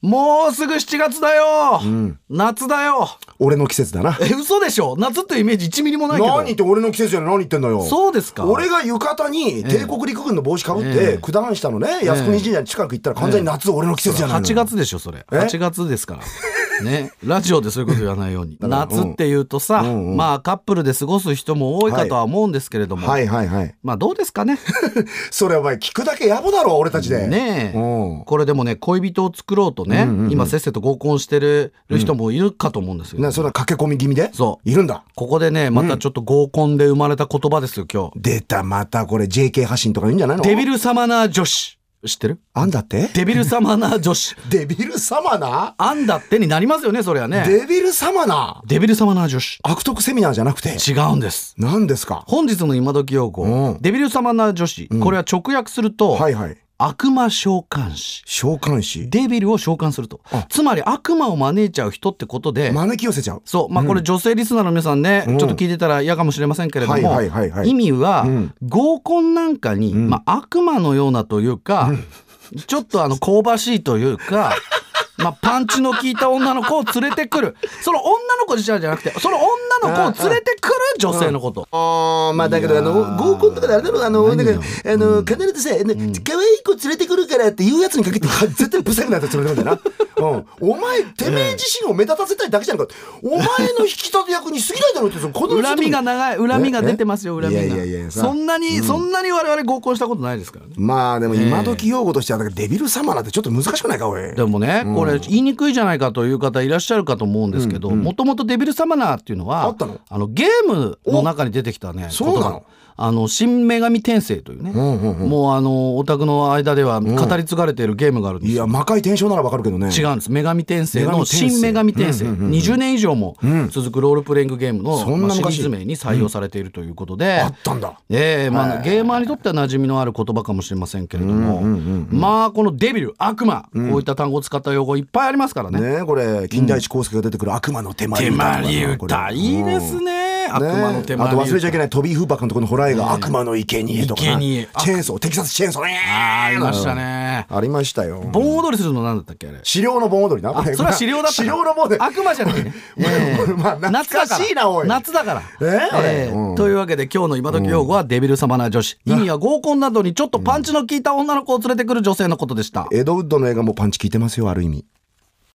もうすぐ7月だよ、夏だよ。 俺の季節だな。 嘘でしょ。夏っていうイメージ1ミリもないけど。 何言って俺の季節じゃない。何言ってんだよ。 そうですか。 俺が浴衣に帝国陸軍の帽子かぶって九段下のね靖国神社に近く行ったら完全に夏、俺の季節じゃないの。 8月でしょそれ。8月ですからね。ラジオでそういうこと言わないように。夏っていうとさ、まあカップルで過ごす人も多いかとは思うんですけれども、まあどうですかね。 それお前聞くだけ野暮だろ俺たちでねえ。これでもね、恋人を作ろうとね、今せっせと合コンしてる人もいるかと思うんですよ。 そんな駆け込み気味でそういるんだ。 ここでね、またちょっと合コンで生まれた言葉ですよ今日。 出た、またこれ JK 発信とか言うんじゃないの。 デビルサマナー女子知ってる？ あんだって？ デビルサマナー女子。 デビルサマナー？ あんだってになりますよね、それはね。 デビルサマナー？ デビルサマナー女子。 悪徳セミナーじゃなくて？ 違うんです。 何ですか？ 本日の今時用語、デビルサマナー女子、これは直訳すると、悪魔召喚師。 召喚師。 デビルを召喚すると。つまり悪魔を招いちゃう人ってことで。 招き寄せちゃう。 そう。まあこれ女性リスナーの皆さんね、ちょっと聞いてたら嫌かもしれませんけれども、意味は、合コンなんかに、まあ悪魔のようなというか、ちょっと香ばしいというか、まあ、パンチの効いた女の子を連れてくる。その女の子自体じゃなくて、その女の子を連れてくる女性のこと。 まあだけど合コンとかであれだろう、なんか必ずさ、可愛い子連れてくるからっていうやつにかけて絶対ブサイクなやつ連れてくるんだよな。お前てめえ自身を目立たせたいだけじゃんか。お前の引き立て役に過ぎないだろうって。 恨みが長い、恨みが出てますよ。恨みが。そんなに我々合コンしたことないですからね。 まあでも今時用語としてはデビルサマナってちょっと難しくないかおい。 でもね、これ言いにくいじゃないかという方いらっしゃるかと思うんですけど、もともとデビルサマナーっていうのはゲームの中に出てきたね。 そうなの。 新女神転生というね、もうオタクの間では語り継がれているゲームがあるんですよ。 いや魔界転生ならわかるけどね。 違うんです。女神転生の新女神転生、20年以上も続くロールプレイングゲームのシリーズ名に採用されているということで、 あったんだ。 まあゲーマーにとっては馴染みのある言葉かもしれませんけれども、まあこのデビル、悪魔、こういった単語を使った用語いっぱいありますからね。 ね、これ金田一耕助が出てくる悪魔の手まり歌、いいですね。悪魔の手まり歌。 あと忘れちゃいけないトビー・フーパー監督のホラー映画悪魔の生贄とか、チェーンソー、テキサスチェーンソーね。 ありましたね。 ありましたよ。 盆踊りするのなんだったっけあれ。 狩猟の盆踊りな。 それは狩猟だった。 狩猟の盆踊り。 悪魔じゃないね。 夏だしいなおい。 夏だから。というわけで今日の今時用語はデビルサマナー女子。意味は合コンなどにちょっとパンチの効いた女の子を連れてくる女性のことでした。 エドウッドの映画もパンチ効いてますよ、ある意味。